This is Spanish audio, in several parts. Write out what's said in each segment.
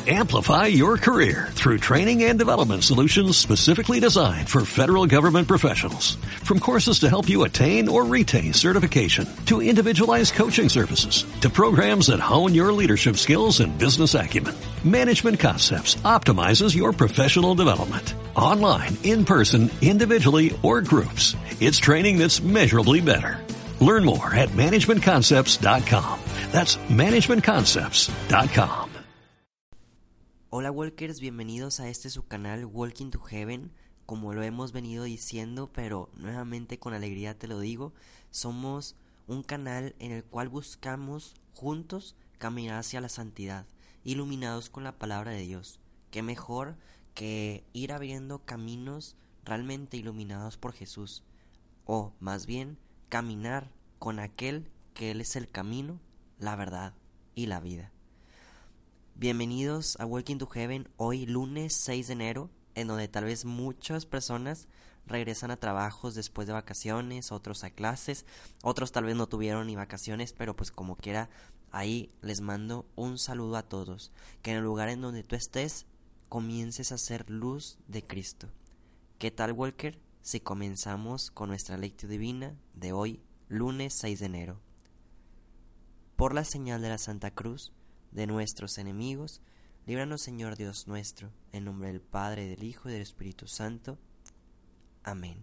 Amplify your career through training and development solutions specifically designed for federal government professionals. From courses to help you attain or retain certification, to individualized coaching services, to programs that hone your leadership skills and business acumen, Management Concepts optimizes your professional development. Online, in person, individually, or groups, it's training that's measurably better. Learn more at managementconcepts.com. That's managementconcepts.com. Hola Walkers, bienvenidos a su canal Walking to Heaven. Como lo hemos venido diciendo, pero nuevamente con alegría te lo digo, somos un canal en el cual buscamos juntos caminar hacia la santidad, iluminados con la palabra de Dios. Qué mejor que ir abriendo caminos realmente iluminados por Jesús, o más bien caminar con aquel que Él es el camino, la verdad y la vida. Bienvenidos a Walking to Heaven, hoy lunes 6 de enero, en donde tal vez muchas personas regresan a trabajos después de vacaciones, otros a clases, otros tal vez no tuvieron ni vacaciones, pero pues como quiera, ahí les mando un saludo a todos, que en el lugar en donde tú estés, comiences a ser luz de Cristo. ¿Qué tal, Walker? Si comenzamos con nuestra lectura divina de hoy, lunes 6 de enero. Por la señal de la Santa Cruz de nuestros enemigos, líbranos, Señor Dios nuestro, en nombre del Padre, del Hijo y del Espíritu Santo. Amén.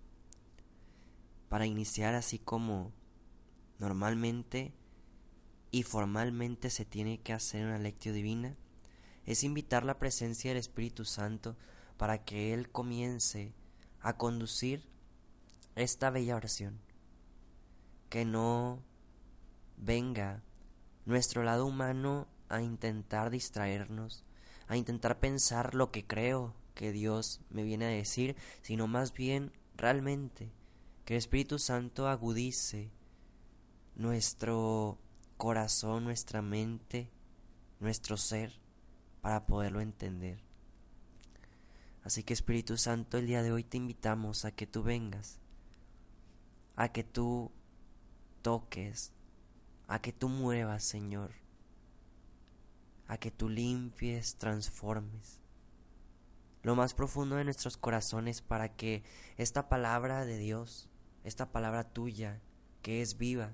Para iniciar, así como normalmente y formalmente se tiene que hacer una lectio divina, es invitar la presencia del Espíritu Santo para que Él comience a conducir esta bella oración. Que no venga nuestro lado humano a intentar distraernos, a intentar pensar lo que creo que Dios me viene a decir, sino más bien realmente que el Espíritu Santo agudice nuestro corazón, nuestra mente, nuestro ser, para poderlo entender. Así que Espíritu Santo, el día de hoy te invitamos a que tú vengas, a que tú toques, a que tú muevas, Señor, a que tú limpies, transformes lo más profundo de nuestros corazones, para que esta palabra de Dios, esta palabra tuya, que es viva,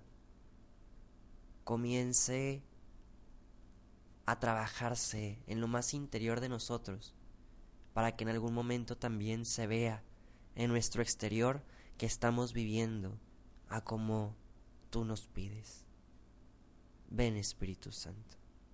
comience a trabajarse en lo más interior de nosotros, para que en algún momento también se vea en nuestro exterior que estamos viviendo a como tú nos pides. Ven, Espíritu Santo.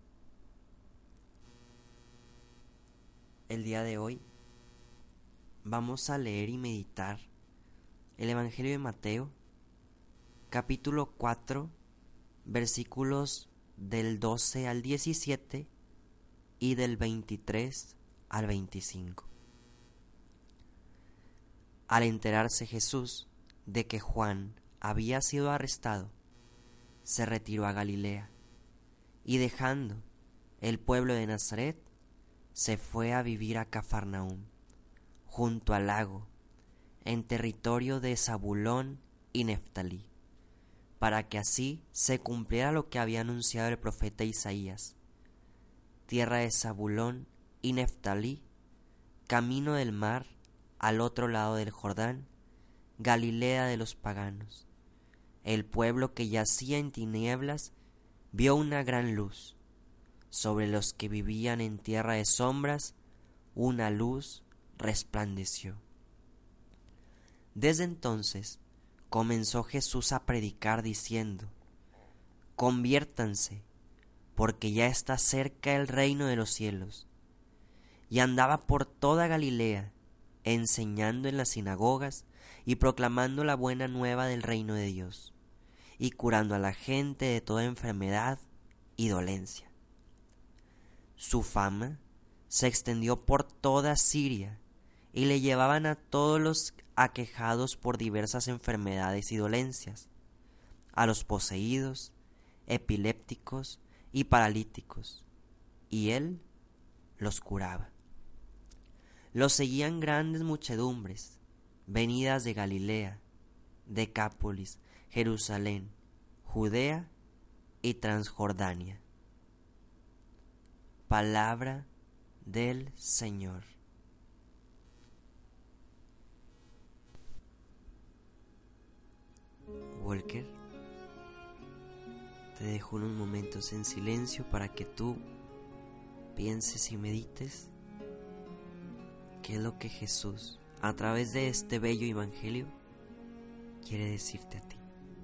El día de hoy vamos a leer y meditar el Evangelio de Mateo, capítulo 4, versículos del 12 al 17 y del 23 al 25. Al enterarse Jesús de que Juan había sido arrestado, se retiró a Galilea, y dejando el pueblo de Nazaret, se fue a vivir a Cafarnaúm, junto al lago, en territorio de Zabulón y Neftalí, para que así se cumpliera lo que había anunciado el profeta Isaías: tierra de Zabulón y Neftalí, camino del mar, al otro lado del Jordán, Galilea de los paganos. El pueblo que yacía en tinieblas vio una gran luz. Sobre los que vivían en tierra de sombras, una luz resplandeció. Desde entonces comenzó Jesús a predicar diciendo: conviértanse, porque ya está cerca el reino de los cielos. Y andaba por toda Galilea, enseñando en las sinagogas y proclamando la buena nueva del reino de Dios, y curando a la gente de toda enfermedad y dolencia. Su fama se extendió por toda Siria, y le llevaban a todos los aquejados por diversas enfermedades y dolencias, a los poseídos, epilépticos y paralíticos, y él los curaba. Los seguían grandes muchedumbres, venidas de Galilea, Decápolis, Jerusalén, Judea y Transjordania. Palabra del Señor. Walker, te dejo unos momentos en silencio para que tú pienses y medites qué es lo que Jesús, a través de este bello evangelio, quiere decirte a ti.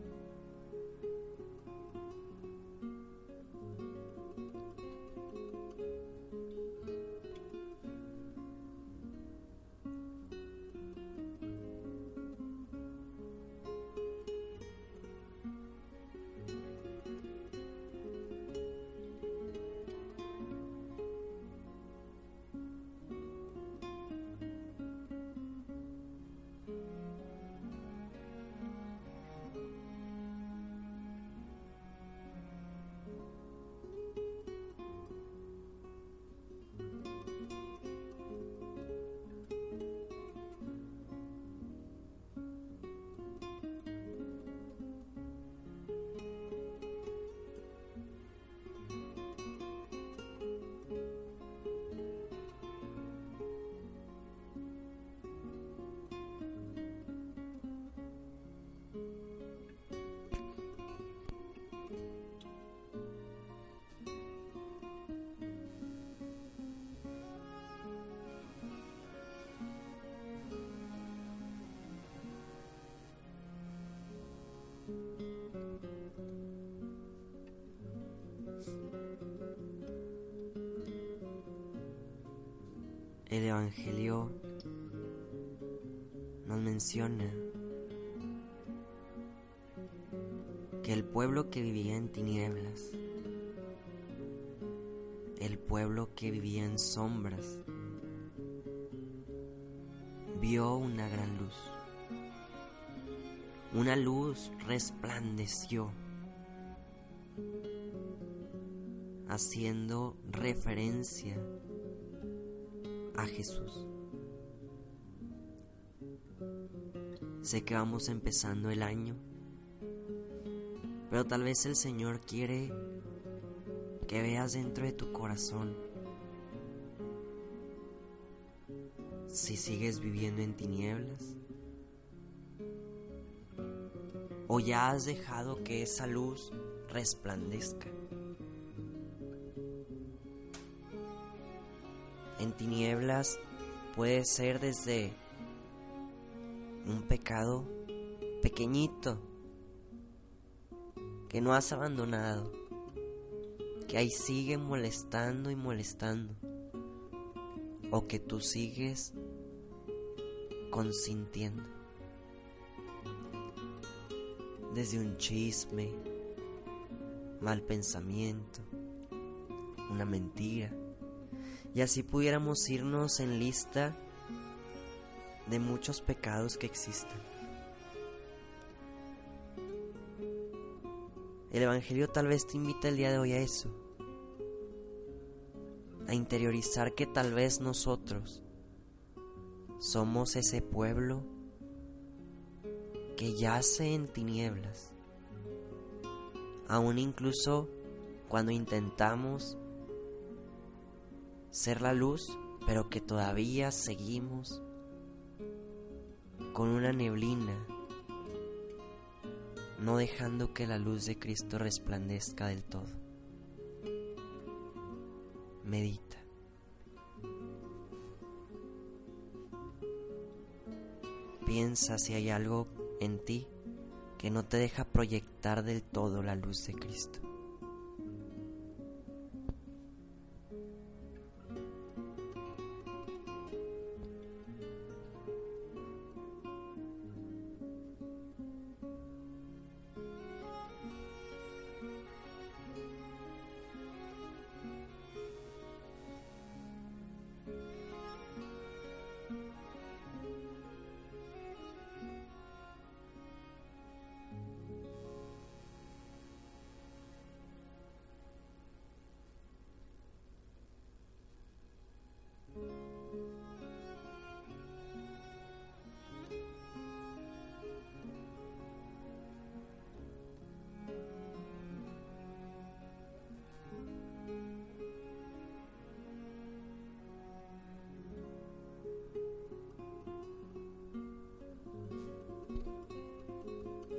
El Evangelio nos menciona que el pueblo que vivía en tinieblas, el pueblo que vivía en sombras, vio una gran luz. Una luz resplandeció, haciendo referencia a Jesús. Sé que vamos empezando el año, pero tal vez el Señor quiere que veas dentro de tu corazón si sigues viviendo en tinieblas o ya has dejado que esa luz resplandezca. En tinieblas puede ser desde un pecado pequeñito que no has abandonado, que ahí sigue molestando y molestando, o que tú sigues consintiendo. Desde un chisme, mal pensamiento, una mentira. Y así pudiéramos irnos en lista de muchos pecados que existen. El Evangelio tal vez te invita el día de hoy a eso, a interiorizar que tal vez nosotros somos ese pueblo que yace en tinieblas, aún incluso cuando intentamos ser la luz, pero que todavía seguimos con una neblina, no dejando que la luz de Cristo resplandezca del todo. Medita. Piensa si hay algo en ti que no te deja proyectar del todo la luz de Cristo.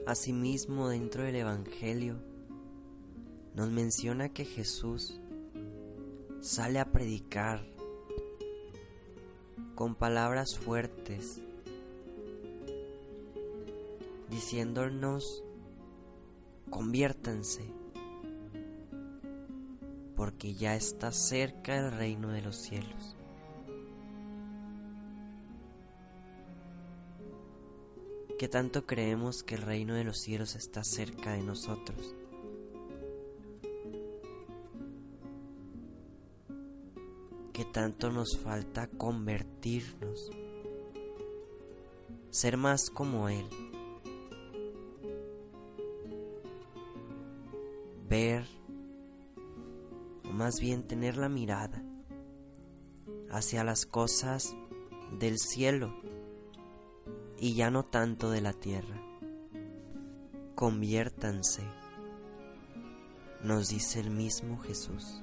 Asimismo, dentro del Evangelio, nos menciona que Jesús sale a predicar con palabras fuertes, diciéndonos: conviértanse, porque ya está cerca el reino de los cielos. ¿Qué tanto creemos que el reino de los cielos está cerca de nosotros? ¿Qué tanto nos falta convertirnos, ser más como Él, ver, o más bien tener la mirada hacia las cosas del cielo y ya no tanto de la tierra? Conviértanse, nos dice el mismo Jesús.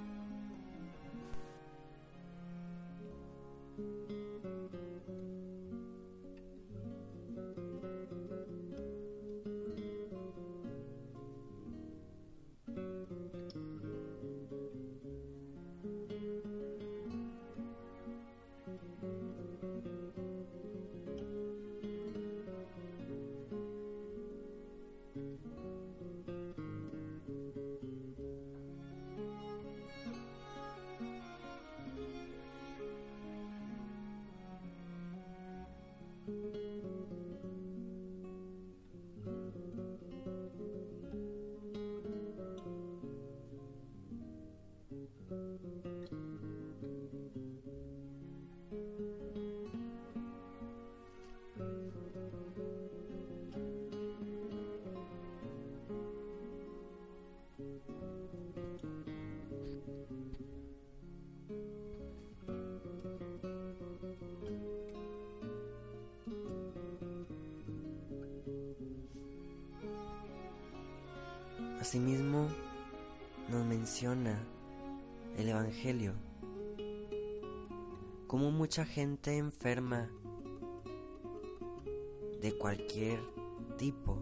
Asimismo, nos menciona el Evangelio cómo mucha gente enferma de cualquier tipo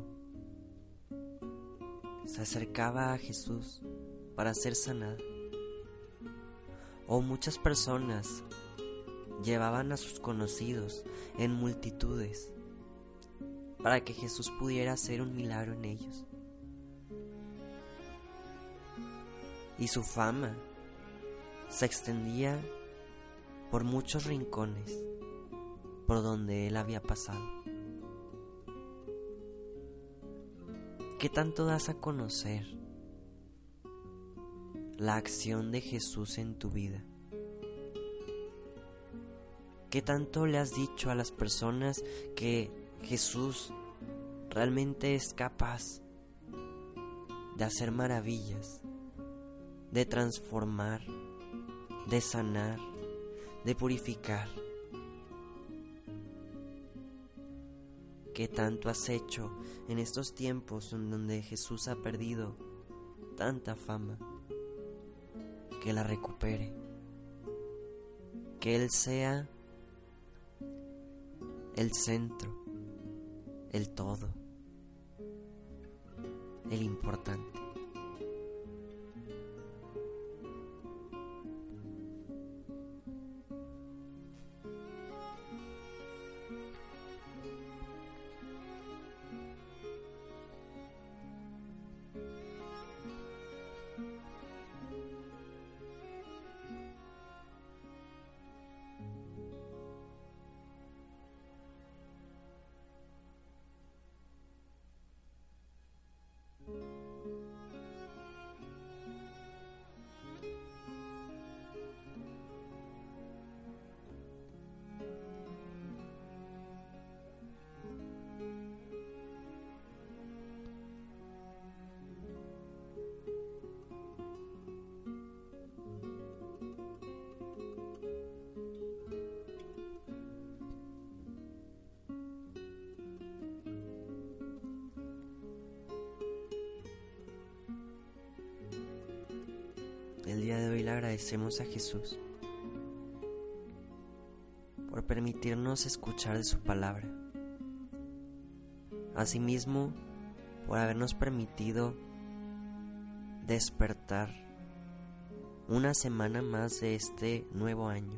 se acercaba a Jesús para ser sanada, o muchas personas llevaban a sus conocidos en multitudes para que Jesús pudiera hacer un milagro en ellos. Y su fama se extendía por muchos rincones por donde él había pasado. ¿Qué tanto das a conocer la acción de Jesús en tu vida? ¿Qué tanto le has dicho a las personas que Jesús realmente es capaz de hacer maravillas, de transformar, de sanar, de purificar? ¿Qué tanto has hecho en estos tiempos en donde Jesús ha perdido tanta fama? Que la recupere, que Él sea el centro, el todo, el importante. El día de hoy le agradecemos a Jesús por permitirnos escuchar de su palabra. Asimismo, por habernos permitido despertar una semana más de este nuevo año,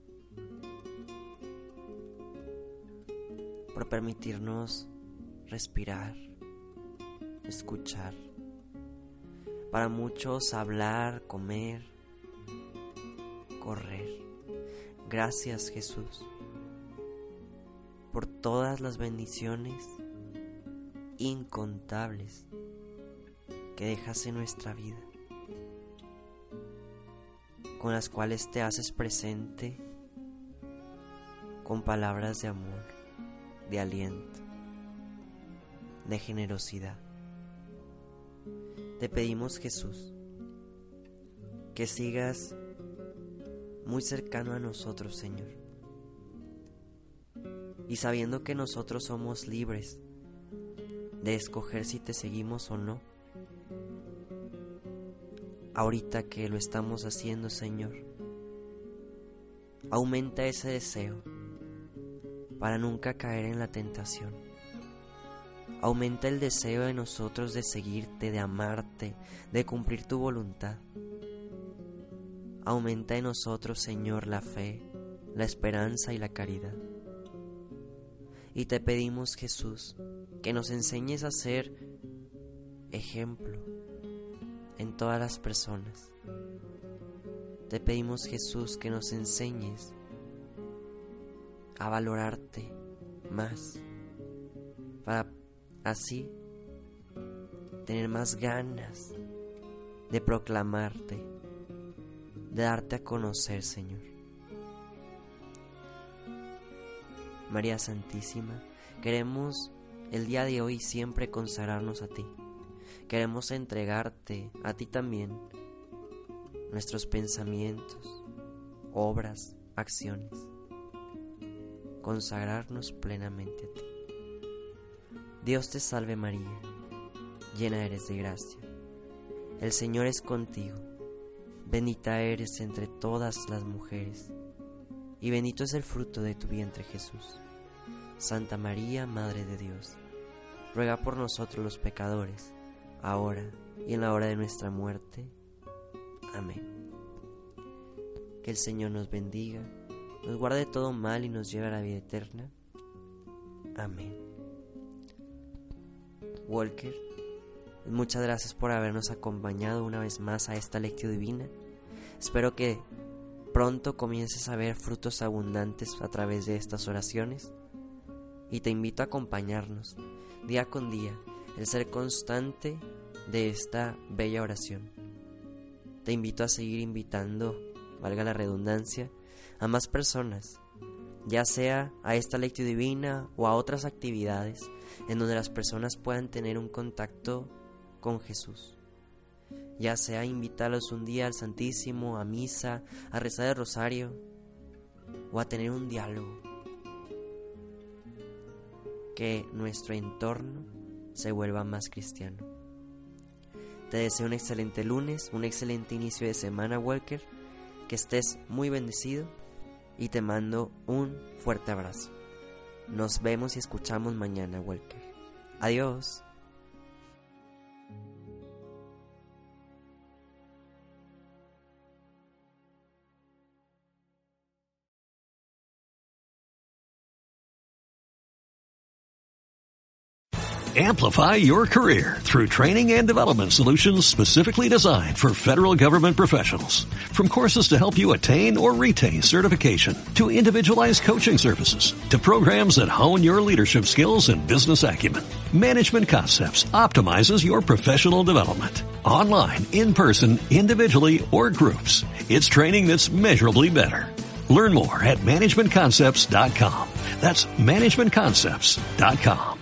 por permitirnos respirar, escuchar, para muchos hablar, comer, correr. Gracias, Jesús, por todas las bendiciones incontables que dejas en nuestra vida, con las cuales te haces presente con palabras de amor, de aliento, de generosidad. Te pedimos, Jesús, que sigas muy cercano a nosotros, Señor, y sabiendo que nosotros somos libres de escoger si te seguimos o no, ahorita que lo estamos haciendo, Señor, aumenta ese deseo para nunca caer en la tentación. Aumenta el deseo de nosotros de seguirte, de amarte, de cumplir tu voluntad. Aumenta en nosotros, Señor, la fe, la esperanza y la caridad. Y te pedimos, Jesús, que nos enseñes a ser ejemplo en todas las personas. Te pedimos, Jesús, que nos enseñes a valorarte más, para así tener más ganas de proclamarte, de darte a conocer, Señor. María Santísima, queremos el día de hoy siempre consagrarnos a ti. Queremos entregarte a ti también nuestros pensamientos, obras, acciones. Consagrarnos plenamente a ti. Dios te salve María, llena eres de gracia. El Señor es contigo. Bendita eres entre todas las mujeres, y bendito es el fruto de tu vientre, Jesús. Santa María, Madre de Dios, ruega por nosotros los pecadores, ahora y en la hora de nuestra muerte. Amén. Que el Señor nos bendiga, nos guarde de todo mal y nos lleve a la vida eterna. Amén. Walker, muchas gracias por habernos acompañado una vez más a esta lectio divina. Espero que pronto comiences a ver frutos abundantes a través de estas oraciones, y te invito a acompañarnos día con día, el ser constante de esta bella oración. Te invito a seguir invitando, valga la redundancia, a más personas, ya sea a esta lectio divina o a otras actividades en donde las personas puedan tener un contacto con Jesús. Ya sea invitarlos un día al Santísimo, a misa, a rezar el rosario o a tener un diálogo. Que nuestro entorno se vuelva más cristiano. Te deseo un excelente lunes, un excelente inicio de semana, Walker. Que estés muy bendecido y te mando un fuerte abrazo. Nos vemos y escuchamos mañana, Walker. Adiós. Amplify your career through training and development solutions specifically designed for federal government professionals. From courses to help you attain or retain certification, to individualized coaching services, to programs that hone your leadership skills and business acumen, Management Concepts optimizes your professional development. Online, in person, individually, or groups, it's training that's measurably better. Learn more at managementconcepts.com. That's managementconcepts.com.